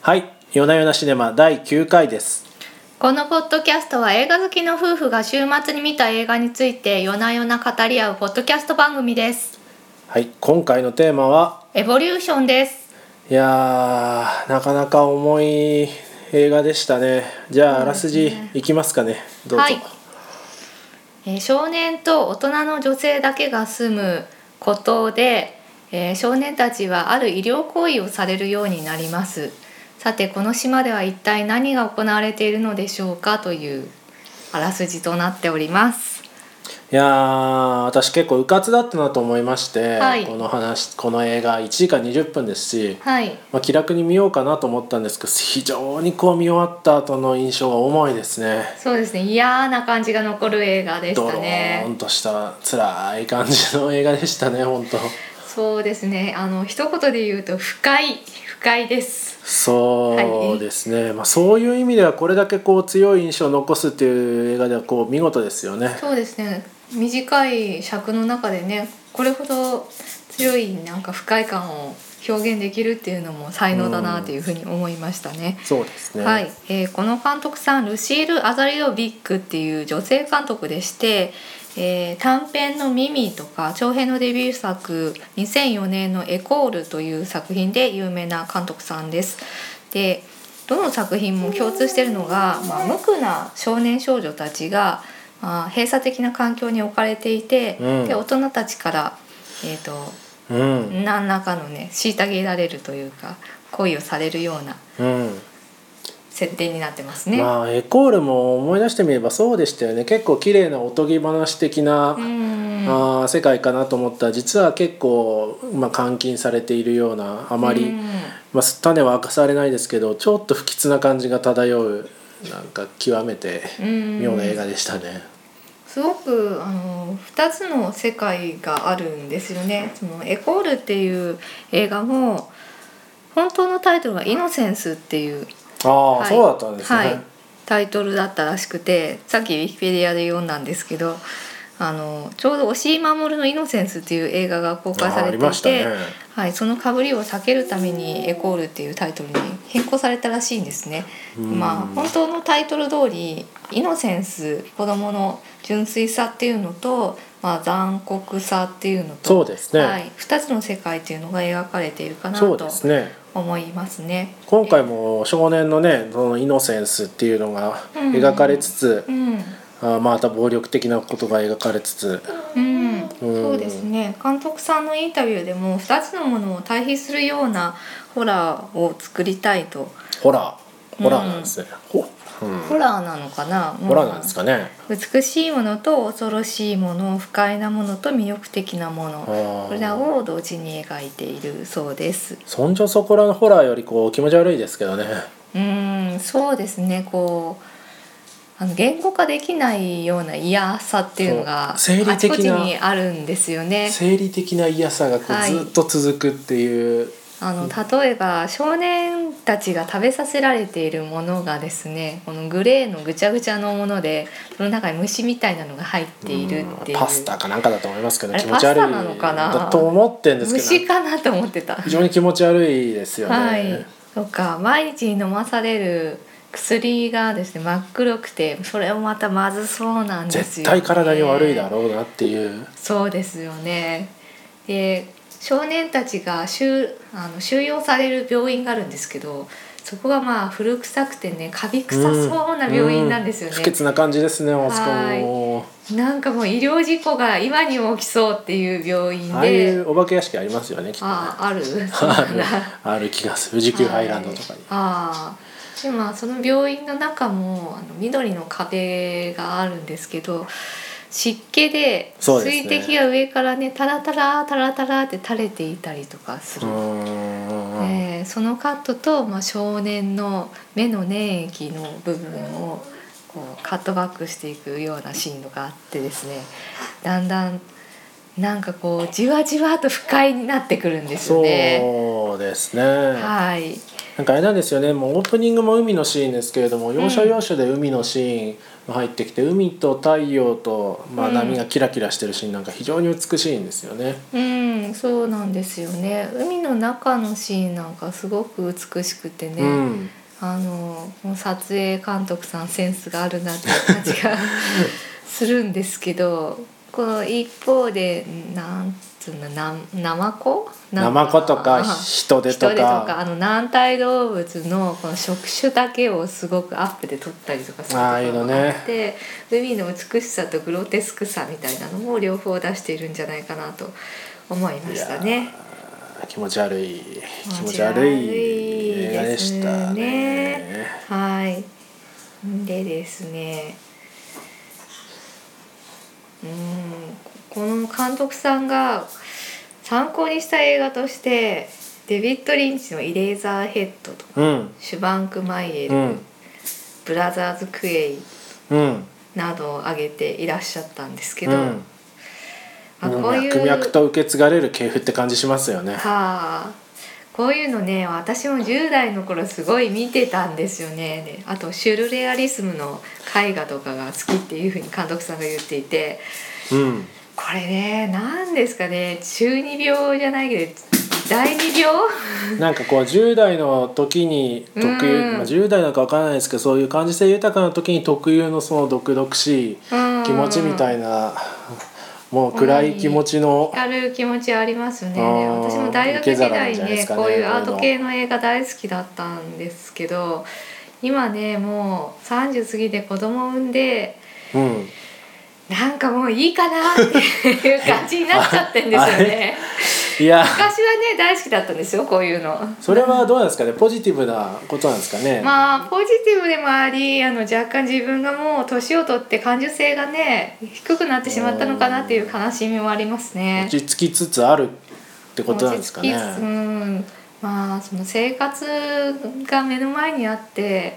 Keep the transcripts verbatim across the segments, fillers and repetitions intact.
はい、夜な夜なシネマだいきゅうかいです。 このポッドキャストは映画好きの夫婦が週末に見た映画について夜な夜な語り合うポッドキャスト番組です。 はい、今回のテーマはエボリューションです。 いやー、なかなか重い映画でしたね。じゃあ、あらすじいきますかね。どうぞ。 はい、えー、少年と大人の女性だけが住む孤島で、えー、少年たちはある医療行為をされるようになります。さてこの島では一体何が行われているのでしょうかというあらすじとなっております。 いやー、私結構うかつだったなと思いまして、 はい、 この話この映画いちじかんにじゅっぷんですし、 はいまあ、気楽に見ようかなと思ったんですけど、非常にこう見終わった後の印象が重いですね。 そうですね、嫌な感じが残る映画でしたね。 ドローンとした辛い感じの映画でしたね、本当。 そうですね、あの一言で言うと深い深いです。 そうですね、はい、まあ、そういう意味ではこれだけこう強い印象を残すっていう映画ではこう見事ですよね。 そうですね、短い尺の中でねこれほど強いなんか不快感を表現できるっていうのも才能だなというふうに思いましたね。 うん、そうですね、 はい、えー、この監督さんルシール・アザリオビックっていう女性監督でして、えー、短編のミミとか長編のデビュー作にせんよねんのエコールという作品で有名な監督さんです。でどの作品も共通しているのが、まあ、無垢な少年少女たちが、まあ、閉鎖的な環境に置かれていて、うん、で大人たちから、えーとうん、何らかのね虐げられるというか行為をされるような、うん設定になってますね。 まあ、エコールも思い出してみればそうでしたよね。結構綺麗なおとぎ話的なあ世界かなと思ったら実は結構、まあ、監禁されているようなあまり、まあ、種は明かされないですけどちょっと不吉な感じが漂うなんか極めて妙な映画でしたね。 すごくあのふたつの世界があるんですよね。そのエコールっていう映画も本当のタイトルがイノセンスっていうあ、はい、そうだったんですね、 はい、タイトルだったらしくてさっきウィキペディアで読んだんですけどあのちょうど押井守のイノセンスっていう映画が公開されていて、ね、はい、その被りを避けるためにエコールっていうタイトルに変更されたらしいんですね。まあ本当のタイトル通りイノセンス子供の純粋さっていうのと、まあ、残酷さっていうのとそうですね、 はい、ふたつの世界っていうのが描かれているかなと思いますね。 今回も少年のねそのイノセンスっていうのが描かれつつ、うんうんあまた暴力的なことが描かれつつ、 うんうん、そうですね。監督さんのインタビューでもふたつのものを対比するようなホラーを作りたいと。 ホラーホラーなんですね、 うんうん、ホラーなのかな、 ホラーなんですかね。 美しいものと恐ろしいもの不快なものと魅力的なものこれらを同時に描いているそうです。 そんじょそこらのホラーよりこう気持ち悪いですけどね。 うんそうですねこうあの言語化できないような嫌さっていうのがあちこちにあるんですよね。 生理的な嫌さがこう、はい、ずっと続くっていうあの例えば少年たちが食べさせられているものがですねこのグレーのぐちゃぐちゃのものでその中に虫みたいなのが入っているっていう、 パスタかなんかだと思いますけど気持ち悪いパスタなのかなだと思ってんですけど虫かなと思ってた。 非常に気持ち悪いですよね。 はい、とか毎日飲まされる薬がですね真っ黒くてそれもまたまずそうなんですよね。 絶対体に悪いだろうなっていう。 そうですよね。で少年たちが 収, あの収容される病院があるんですけどそこがまあ古臭くてねカビ臭そうな病院なんですよね、 うんうん、不潔な感じですね。あそこもなんかもう医療事故が今にも起きそうっていう病院でああいうお化け屋敷ありますよねきっとね。 ああるある気がする。富士急ハイランドとかに、 はい、あでまあその病院の中もあの緑の壁があるんですけど湿気で水滴が上からねタラタラタラタラって垂れていたりとかする、えー、そのカットと、まあ、少年の目の粘液の部分をこうカットバックしていくようなシーンとかあってですねだんだんなんかこうじわじわと不快になってくるんですよね。 そそうですね。 はい。 なんかあれなんですよね、もうオープニングも海のシーンですけれども、要所要所で海のシーンが入ってきて、海と太陽と、まあ、波がキラキラしてるシーンなんか非常に美しいんですよね。 うん、そうなんですよね。海の中のシーンなんかすごく美しくてね、うん、あのもう撮影監督さんセンスがあるなっていう感じがするんですけど、この一方でなんつうのなナマコナマコとかヒトデとか、 ヒトデとかあの軟体動物のこの触手だけをすごくアップで撮ったりとかするところがあって、ね、海の美しさとグロテスクさみたいなのも両方出しているんじゃないかなと思いましたね。 気持ち悪い気持ち悪い映画でしたね。 はい。でですね、うんこの監督さんが参考にした映画としてデビッド・リンチのイレーザーヘッドとか、うん、シュバンク・マイエル、うん、ブラザーズ・クエイなどを挙げていらっしゃったんですけど、うんまあ、こういう脈々と受け継がれる系譜って感じしますよね。はあ、こういうのね、私もじゅう代の頃すごい見てたんですよね。であとシュルレアリスムの絵画とかが好きっていう風に監督さんが言っていて、うん、これね、何ですかね、中二病じゃないけどだいに病なんかこうじゅう代の時に特有、うんまあ、じゅう代なんか分からないですけど、そういう感受性豊かな時に特有のその毒々しい気持ちみたいな、もう暗い気持ちのある気持ちありますよね。私も大学時代にね、こういうアート系の映画大好きだったんですけど、今ねもうさんじゅう過ぎて子供を産んで、うん、なんかもういいかなっていう感じになっちゃってんですよね。いや昔はね大好きだったんですよ、こういうの。 それはどうなんですかね、ポジティブなことなんですかね。 まあポジティブでもあり、あの若干自分がもう年を取って感受性がね低くなってしまったのかなっていう悲しみもありますね。 落ち着きつつあるってことなんですかね。 うん、まあその生活が目の前にあって、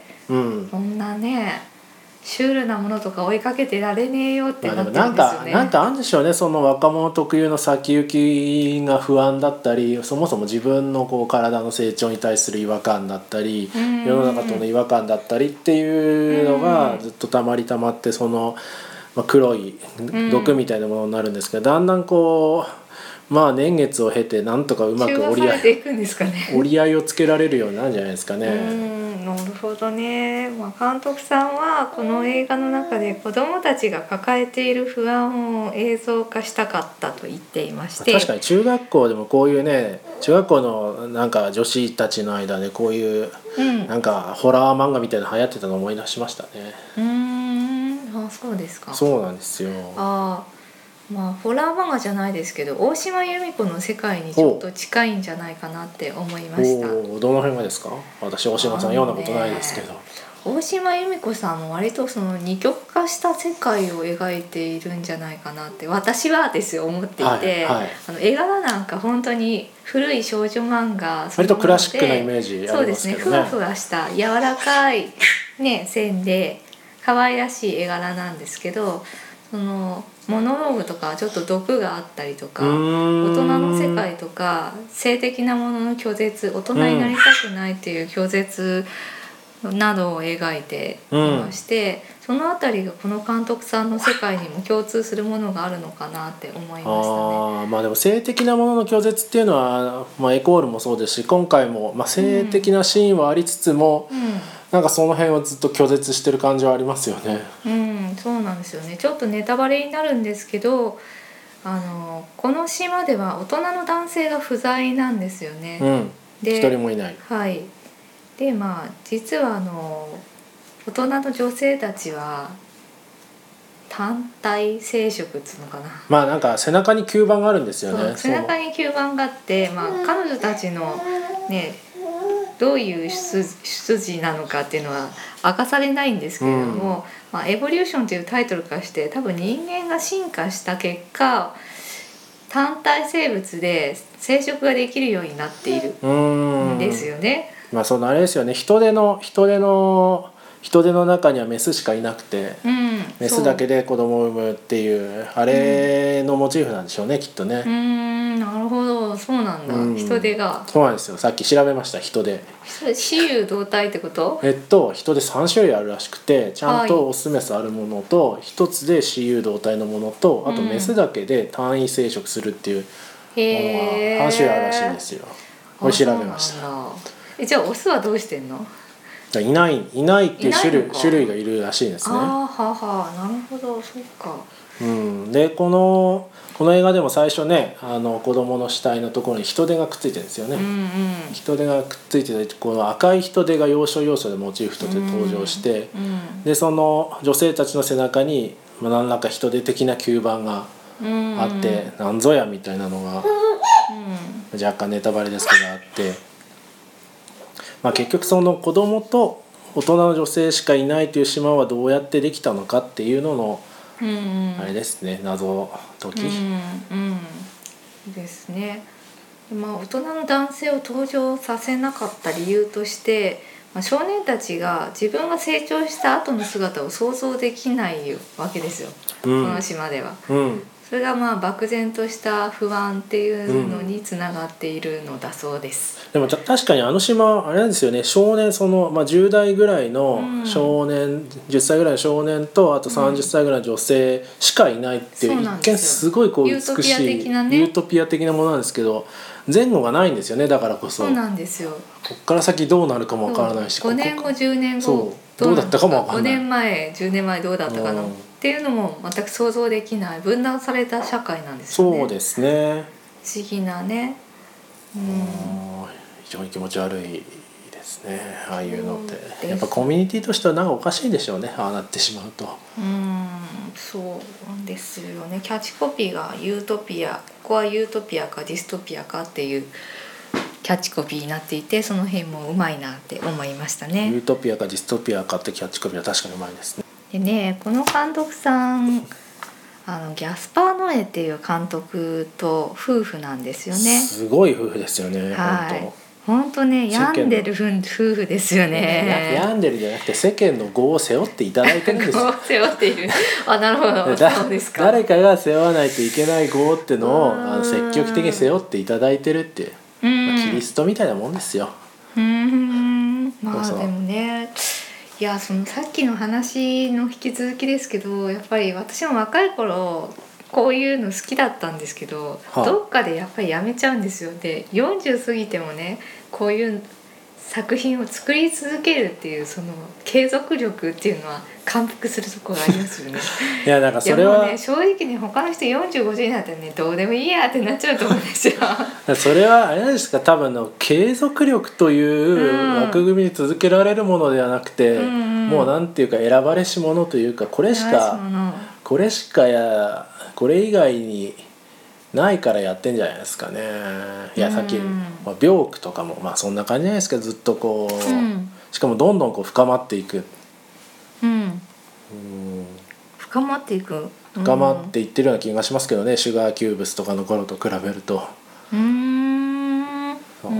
うん、そんなねシュールなものとか追いかけてられねえよってなってるんですよね。 なんかあるんでしょうね、その若者特有の先行きが不安だったり、そもそも自分のこう体の成長に対する違和感だったり、世の中との違和感だったりっていうのがずっとたまりたまって、その、まあ、黒い毒みたいなものになるんですけど、だんだんこうまあ年月を経てなんとかうまく折り合い、折り合いをつけられるようになるんじゃないですかね。 うんなるほどね。まあ、監督さんはこの映画の中で子どもたちが抱えている不安を映像化したかったと言っていまして、 確かに中学校でもこういうね、中学校のなんか女子たちの間でこういう、うん、なんかホラー漫画みたいなの流行ってたのを思い出しましたね。 うーん、あ、そうですか。 そうなんですよ。 ああ。まあ、ホラー漫画じゃないですけど大島優美子の世界にちょっと近いんじゃないかなって思いました。 おどの辺がですか。私大島さん読んだことないですけど、 大島優美子さんも割とその二極化した世界を描いているんじゃないかなって私はですよ思っていて、はいはい、あの絵柄なんか本当に古い少女漫画割とクラシックなイメージありますけどね。 そうですね、ふわふわした柔らかい、ね、線で可愛らしい絵柄なんですけど、そのモノローグとかちょっと毒があったりとか、大人の世界とか性的なものの拒絶、大人になりたくないっていう拒絶などを描いていまして、うん、そのあたりがこの監督さんの世界にも共通するものがあるのかなって思いましたね。 あ、まあ、でも性的なものの拒絶っていうのは、まあ、エコールもそうですし今回も、まあ、性的なシーンはありつつも、うんうん、なんかその辺はずっと拒絶してる感じはありますよね。 うん、そうなんですよね。ちょっとネタバレになるんですけど、あのこの島では大人の男性が不在なんですよね。 うん、で一人もいない。 はい。でまあ実はあの大人の女性たちは単体生殖っていうのかな。 まあなんか背中に吸盤があるんですよね。 背中に吸盤があって、まあ彼女たちのね。どういう出自なのかっていうのは明かされないんですけれども、うんまあ、エボリューションというタイトルからして多分人間が進化した結果単体生物で生殖ができるようになっているんですよね。 まあそのあれですよね、人手の人手の人手の中にはメスしかいなくて、うん、メスだけで子供を産むっていうあれのモチーフなんでしょうね、きっとね。 うんなるほど、そうなんだ、うん、人手がそうなんですよ。さっき調べました。人手雌雄同体ってこと？ えっと人手さん種類あるらしくて、ちゃんとオスメスあるものと一つで雌雄同体のものと、あとメスだけで単位生殖するっていうものがさん種類あるらしいんですよ。これ調べました。 え、じゃあオスはどうしてんの？ いないいないっていう種類種類がいるらしいですね。ああ、はは、なるほど、そうか。 うん、でこのこの映画でも最初ね、あの子供の死体のところに人手がくっついてるんですよね。うんうん、人手がくっついてて、この赤い人手が要所要所でモチーフとして登場して、うんうん、でその女性たちの背中に何らか人手的な吸盤があって、うんうん、なんぞやみたいなのが、うん、若干ネタバレですけどあって、まあ、結局その子供と大人の女性しかいないという島はどうやってできたのかっていうのの、うんうん、あれですね、謎解き、うんうん、ですね。まあ、大人の男性を登場させなかった理由として、まあ、少年たちが自分が成長した後の姿を想像できないわけですよ、うん、この島では、うん、それがまあ漠然とした不安っていうのにつながっているのだそうです、 うん、でも確かにあの島あれなんですよね、少年その、まあ、じゅう代ぐらいの少年、うん、じゅっさいぐらいの少年とあとさんじゅっさいぐらいの女性しかいないっていう、うん、一見すごいこう美しいユートピア的なね、ユートピア的なものなんですけど、前後がないんですよね。だからこそそうなんですよ。 こっから先どうなるかもわからないし、 ごねんごじゅうねんごそうどうだったかもわからない。 ごねんまえじゅうねんまえどうだったかなっていうのも全く想像できない分断された社会なんですよね。 そうですね。 不思議なね、 うん、非常に気持ち悪いですね、ああいうのって。やっぱコミュニティとしてはなんかおかしいんでしょうね、ああなってしまうと。 うん、そうなんですよね。キャッチコピーがユートピア、ここはユートピアかディストピアかっていうキャッチコピーになっていて、その辺もうまいなって思いましたね。 ユートピアかディストピアかってキャッチコピーは確かにうまいですね。 でね、この監督さん、あのギャスパー・ノエっていう監督と夫婦なんですよね。 すごい夫婦ですよね。 はい、本当ね、病んでる夫婦ですよね。 病んでるじゃなくて世間の業を背負っていただいてるんですよ。 業を背負っている。あ、なるほど。そうですか。 誰かが背負わないといけない業ってのをあの積極的に背負っていただいてるっていう、まあ、キリストみたいなもんですよ。 うん、まあでもね、いや、そのさっきの話の引き続きですけど、やっぱり私も若い頃こういうの好きだったんですけど、はあ、どっかでやっぱりやめちゃうんですよ。でよんじゅう過ぎてもね、こういう作品を作り続けるっていうその継続力っていうのは感服するところがありますよね。 いや、なんかそれはね、正直ね、他の人よんじゅう、ごじゅうになったらね、どうでもいいやってなっちゃうと思うんですよ。 それはあれなんですか、多分の継続力という枠組みに続けられるものではなくて、うん、もうなんていうか選ばれし者というか、これしかこれしかやこれ以外にないからやってんじゃないですかね。いや、さっき、まあ、病句とかもまあそんな感じじゃないですか。ずっとこう、うん、しかもどんどんこう深まっていく、 うん、うん、深まっていく、 深まっていってるような気がしますけどね、シュガーキューブスとかの頃と比べると、うーん、そう、うん、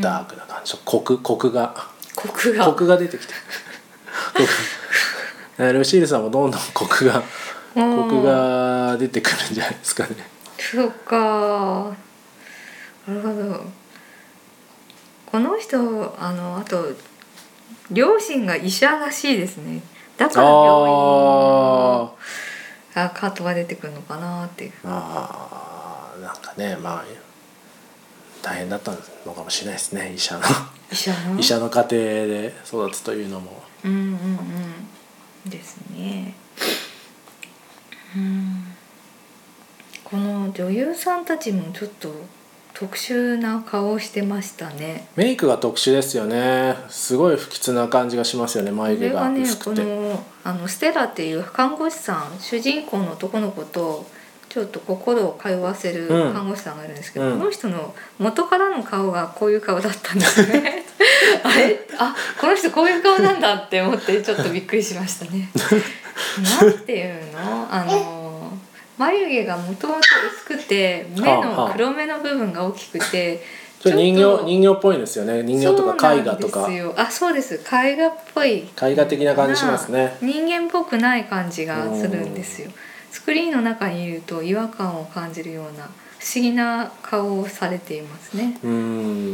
ダークな感じ、コクコクがコクがコクが出てきてルシールさんもどんどんコクがコクが出てくるんじゃないですかね。 そうか、なるほど。この人、あのあと両親が医者らしいですね。だから病院がカットが出てくるのかなっていう。 ああ、なんかね、まあ大変だったのかもしれないですね、医者の医者の医者の家庭で育つというのも。 うんうんうんですね。うん、この女優さんたちもちょっと特殊な顔をしてましたね。 メイクが特殊ですよね。すごい不吉な感じがしますよね、眉毛が薄くて。 これがね、このあのステラっていう看護師さん、主人公の男の子とちょっと心を通わせる看護師さんがいるんですけど、うん、この人の元からの顔がこういう顔だったんですね。あれ、あ、この人こういう顔なんだって思ってちょっとびっくりしましたね。なんていうの、あの眉毛がもともと薄くて、目の黒目の部分が大きくて、 ちょっと人形人形っぽいですよね。人形とか絵画とか。 そうなんですよ。あ、そうです。絵画っぽい。 絵画的な感じしますね。 人間っぽくない感じがするんですよ。スクリーンの中にいると違和感を感じるような不思議な顔をされていますね。 うん、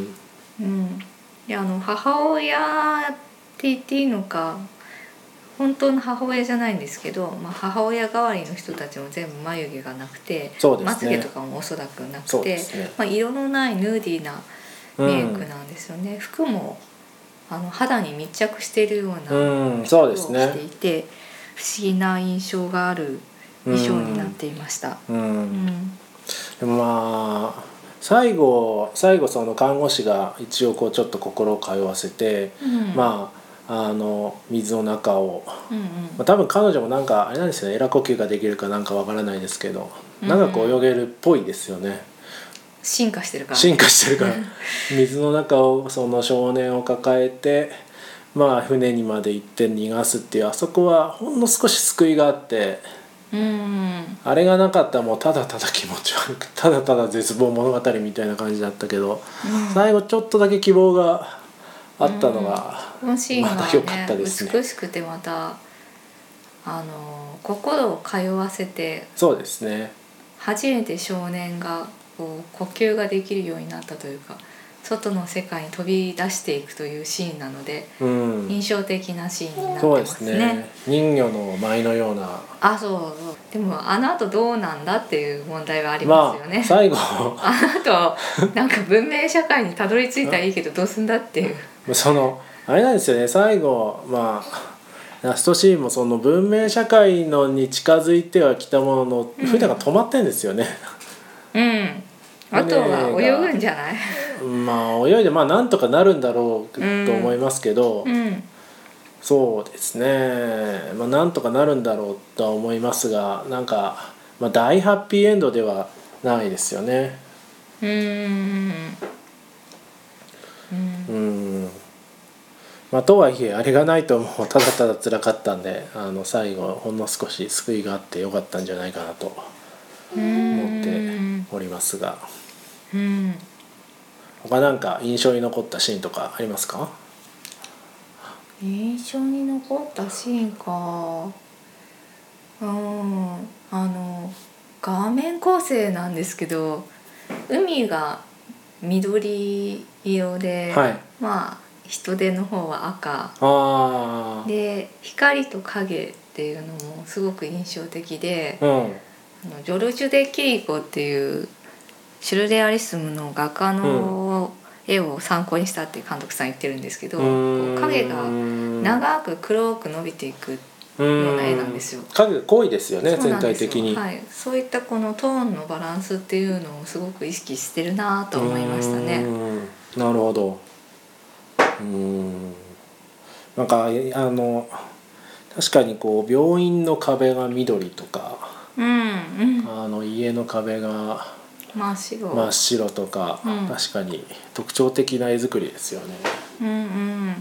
うん、であの母親って言っていいのか本当の母親じゃないんですけど、まあ、母親代わりの人たちも全部眉毛がなくて、 そうですね、 まつげとかもおそらくなくて、 そうですね、 まあ、色のないヌーディーなメイクなんですよね、うん、服もあの肌に密着しているような服を着ていて、うんね、不思議な印象がある衣装になっていました。 うんうん、でもまあ最後最後その看護師が一応こうちょっと心を通わせて、うん、まああの水の中を、うんうんまあ、多分彼女もなんかあれなんですよね、エラ呼吸ができるかなんかわからないですけど、うんうん、長く泳げるっぽいですよね。 進化してるから進化してるから水の中をその少年を抱えて、まあ、船にまで行って逃がすっていう、あそこはほんの少し救いがあって、うん、あれがなかったらもうただただ気持ち悪くただただ絶望物語みたいな感じだったけど、うん、最後ちょっとだけ希望があったのが、 うん、また良かったですね。 美しくてまたあの心を通わせて、 そうですね、 初めて少年がこう呼吸ができるようになったというか、外の世界に飛び出していくというシーンなので、うん、印象的なシーンになってますね。そうですね、 人魚の舞のような。 あ、そうそう。でもあの後どうなんだっていう問題はありますよね、 まあ、最後あの後なんか文明社会にたどり着いたらいいけどどうすんだっていうそのあれなんですよね、最後まあラストシーンもその文明社会のに近づいてはきたものの、うん、船が止まってんですよね。 うん、あとは泳ぐんじゃない？ まあ泳いでまあなんとかなるんだろうと思いますけど、うんうん、そうですね、まあなんとかなるんだろうとは思いますが、なんか、まあ、大ハッピーエンドではないですよね。うーん、うん、まあ、とはいえあれがないともうただただ辛かったんで、あの最後ほんの少し救いがあってよかったんじゃないかなと思っておりますが、うん、他なんか印象に残ったシーンとかありますか？ 印象に残ったシーンか、うん、あの画面構成なんですけど、海が緑色で、はい、まあ人手の方は赤あで、光と影っていうのもすごく印象的で、うん、あのジョルジュ・デ・キリコっていうシュルレアリスムの画家の絵を参考にしたっていう監督さん言ってるんですけど、うん、影が長く黒く伸びていくような絵なんですよ。 影が濃いですよね、全体的に、 はい、そういったこのトーンのバランスっていうのをすごく意識してるなと思いましたね。 なるほど。うーん、なんかあの確かにこう病院の壁が緑とか、うんうん、あの家の壁が真っ白真っ白とか、うん、確かに特徴的な絵作りですよね。 うんうん、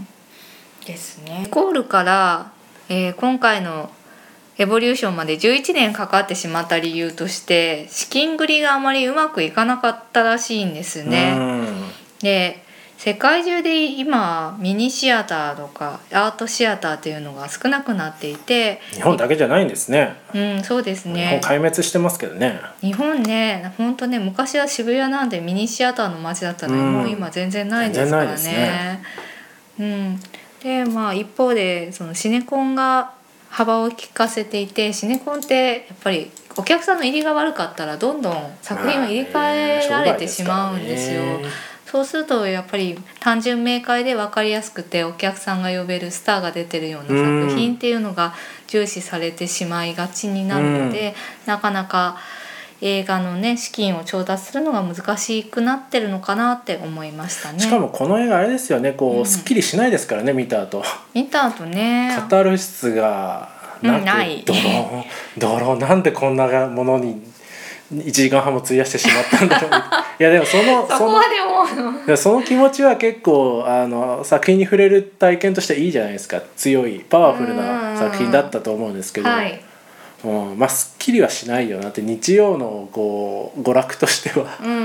ですね。コールから、えー、今回のエボリューションまでじゅういちねんかかってしまった理由として資金繰りがあまりうまくいかなかったらしいんですね。うん、で世界中で今ミニシアターとかアートシアターっていうのが少なくなっていて、 日本だけじゃないんですね。 うん、そうですね。 日本壊滅してますけどね。 日本ね、本当ね、昔は渋谷なんでミニシアターの街だったのに、うん、もう今全然ないですからね。うん、でまあ一方でそのシネコンが幅を利かせていて、シネコンってやっぱりお客さんの入りが悪かったらどんどん作品を入れ替えられてしまうんですよ。そうするとやっぱり単純明快で分かりやすくてお客さんが呼べるスターが出てるような作品っていうのが重視されてしまいがちになるので、なかなか映画のね資金を調達するのが難しくなってるのかなって思いましたね。 しかもこの映画あれですよね、こう、うん、すっきりしないですからね、見た後見た後ねカタルシスがなく、うん、ないドローンドローンなんでこんなものにいちじかんはんも費やしてしまったんだろういやでもそのそこまで思うのその気持ちは結構あの作品に触れる体験としていいじゃないですか。強いパワフルな作品だったと思うんですけど、はい、うん、まあすっきりはしないよなって、日曜のこう娯楽としては、うんうん、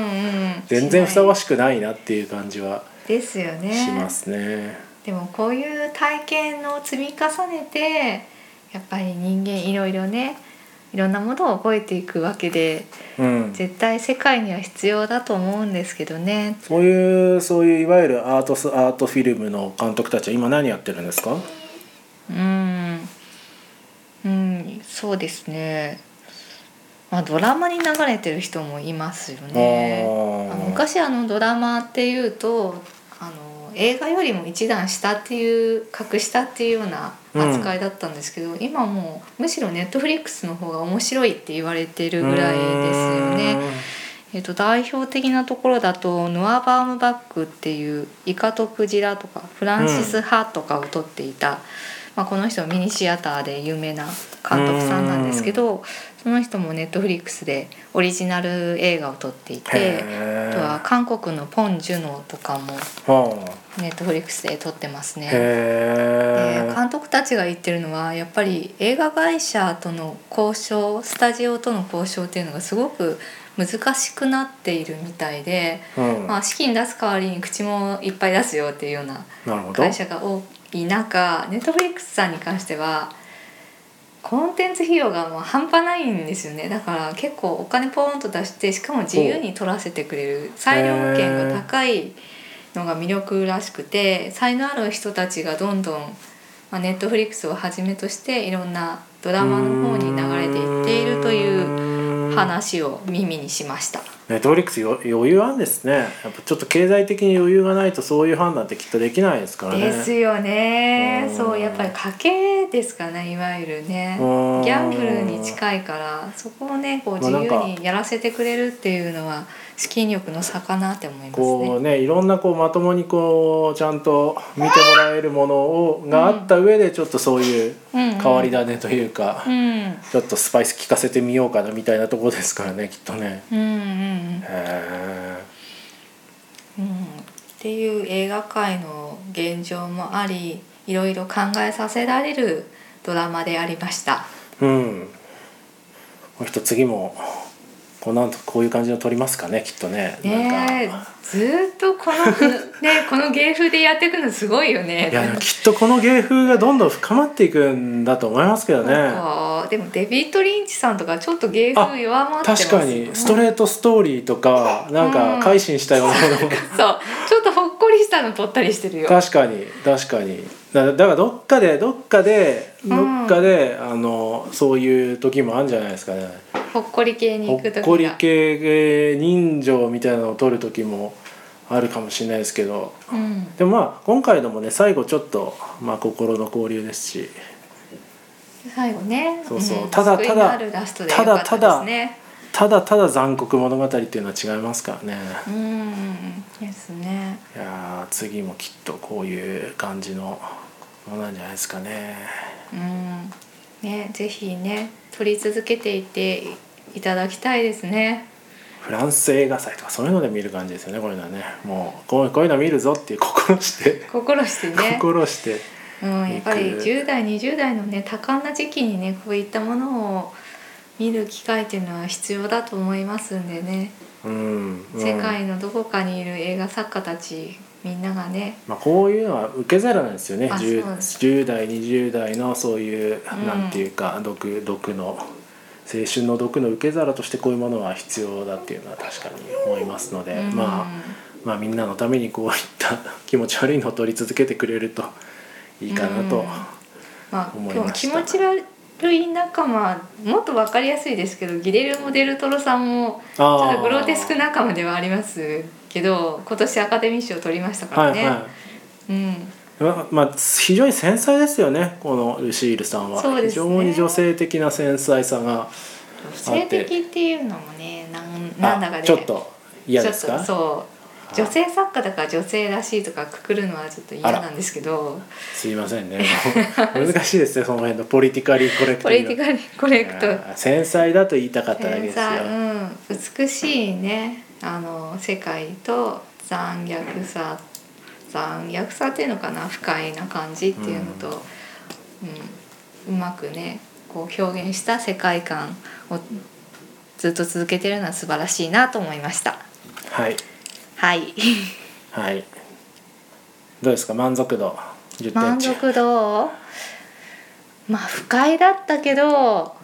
全然ふさわしくないなっていう感じはですよね。 しますね。 でもこういう体験を積み重ねてやっぱり人間いろいろねいろんなものを覚えていくわけで、 うん、 絶対世界には必要だと思うんですけどね。 そういうそういういわゆるアートスアートフィルムの監督たちは今何やってるんですか？ うん、うん、そうですね。まあ、ドラマに流れてる人もいますよね。あ昔あのドラマっていうとあの映画よりも一段下っていう格下っていうような扱いだったんですけど、うん、今もうむしろネットフリックスの方が面白いって言われてるぐらいですよね。えーと、代表的なところだとノア・バームバックっていうイカとクジラとかフランシス・ハとかを撮っていた、うんまあ、この人はミニシアターで有名な監督さんなんですけど、その人もネットフリックスでオリジナル映画を撮っていて、あとは韓国のポン・ジュノとかもネットフリックスで撮ってますね。で監督たちが言ってるのはやっぱり映画会社との交渉、スタジオとの交渉っていうのがすごく難しくなっているみたいで、うんまあ、資金出す代わりに口もいっぱい出すよっていうような会社が多い中、ネットフリックスさんに関してはコンテンツ費用がもう半端ないんですよね。だから結構お金ポーンと出して、しかも自由に撮らせてくれる裁量権が高いのが魅力らしくて、才能ある人たちがどんどん、まあ、ネットフリックスをはじめとしていろんなドラマの方に流れていっているという話を耳にしました。 ネットフリックス余裕あるんですね。やっぱちょっと経済的に余裕がないとそういう判断ってきっとできないですからね。 ですよね。そうやっぱり賭けですかね、いわゆるね。ギャンブルに近いからそこをねこう自由にやらせてくれるっていうのは資金力の差かなって思いますね。 こうねいろんなこうまともにこうちゃんと見てもらえるものをがあった上でちょっとそういう変わり種というか、うんうん、ちょっとスパイス効かせてみようかなみたいなところですからね、きっとね。うんうんへうん、っていう映画界の現状もあり、いろいろ考えさせられるドラマでありました。 うん。もう一つ次もこのこういう感じの撮りますかね、きっとね。 ねなんかずっとこのねこの芸風でやっていくのすごいよね。 いやきっとこの芸風がどんどん深まっていくんだと思いますけどね。 でもデビッド・リンチさんとかちょっと芸風弱まってます。 確かにストレートストーリーとかなんか改心したようなもの、うん、 そうちょっとほっこりしたの撮ったりしてるよ。 確かに確かにだだからどっかでどっかでどっかで、うん、あのそういう時もあるんじゃないですかね。 ほっこり系に行く時がほっこり系人情みたいなのを撮る時もあるかもしれないですけど、うん、でもまあ今回のもね最後ちょっと、まあ、心の交流ですし最後ねそうそう、うん、ただただただただただただ残酷物語っていうのは違いますからね。 うんですね。 いや次もきっとこういう感じのものなんじゃないですかね。 うんね、ぜひね撮り続けていっていただきたいですね。 フランス映画祭とかそういうので見る感じですよね。こういうのはねもうこう、こういうの見るぞっていう心して心してね心してうん、やっぱりじゅう代にじゅう代のね多感な時期にねこういったものを見る機会っていうのは必要だと思いますんでね、うんうん、世界のどこかにいる映画作家たちみんながね、 まあ、こういうのは受け皿なんですよね。 10, じゅう代にじゅう代のそういう、うん、なんていうか毒毒の青春の毒の受け皿としてこういうものは必要だっていうのは確かに思いますので、うんまあ、まあみんなのためにこういった気持ち悪いのを取り続けてくれるといいかなと思いました。 まあ、今日気持ち悪い仲間もっと分かりやすいですけどギレルモ・デルトロさんもちょっとグロテスク仲間ではありますけど今年アカデミー賞を取りましたからね、はいはいうんままあ、非常に繊細ですよねこのルシールさんは、ね、非常に女性的な繊細さがあって女性的っていうのもね な, なんだかねちょっと嫌ですか。 そう女性作家だから女性らしいとかくくるのはちょっと嫌なんですけどすいませんね難しいですねその辺のポリティカリーコレクトポリティカリーコレクト繊細だと言いたかっただけですよ、 うん、美しいねあの世界と残虐さ残虐さっていうのかな不快な感じっていうのと、うんうん、うまくねこう表現した世界観をずっと続けてるのは素晴らしいなと思いました。 はいはいはい。どうですか満足度じゅってん満足度まあ不快だったけど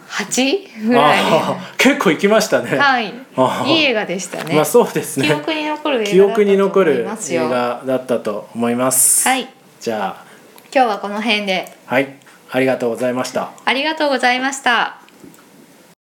はちぐらい。 あ結構行きましたね。 はい。いあい映画でしたね。 まあそうですね。 記憶に残る映記画だった憶に残と思いる映ますよ。 画だったと思います。 はい。 じゃあ今日はこの辺で。 はい、ありがとうございました。 ありがとうございました。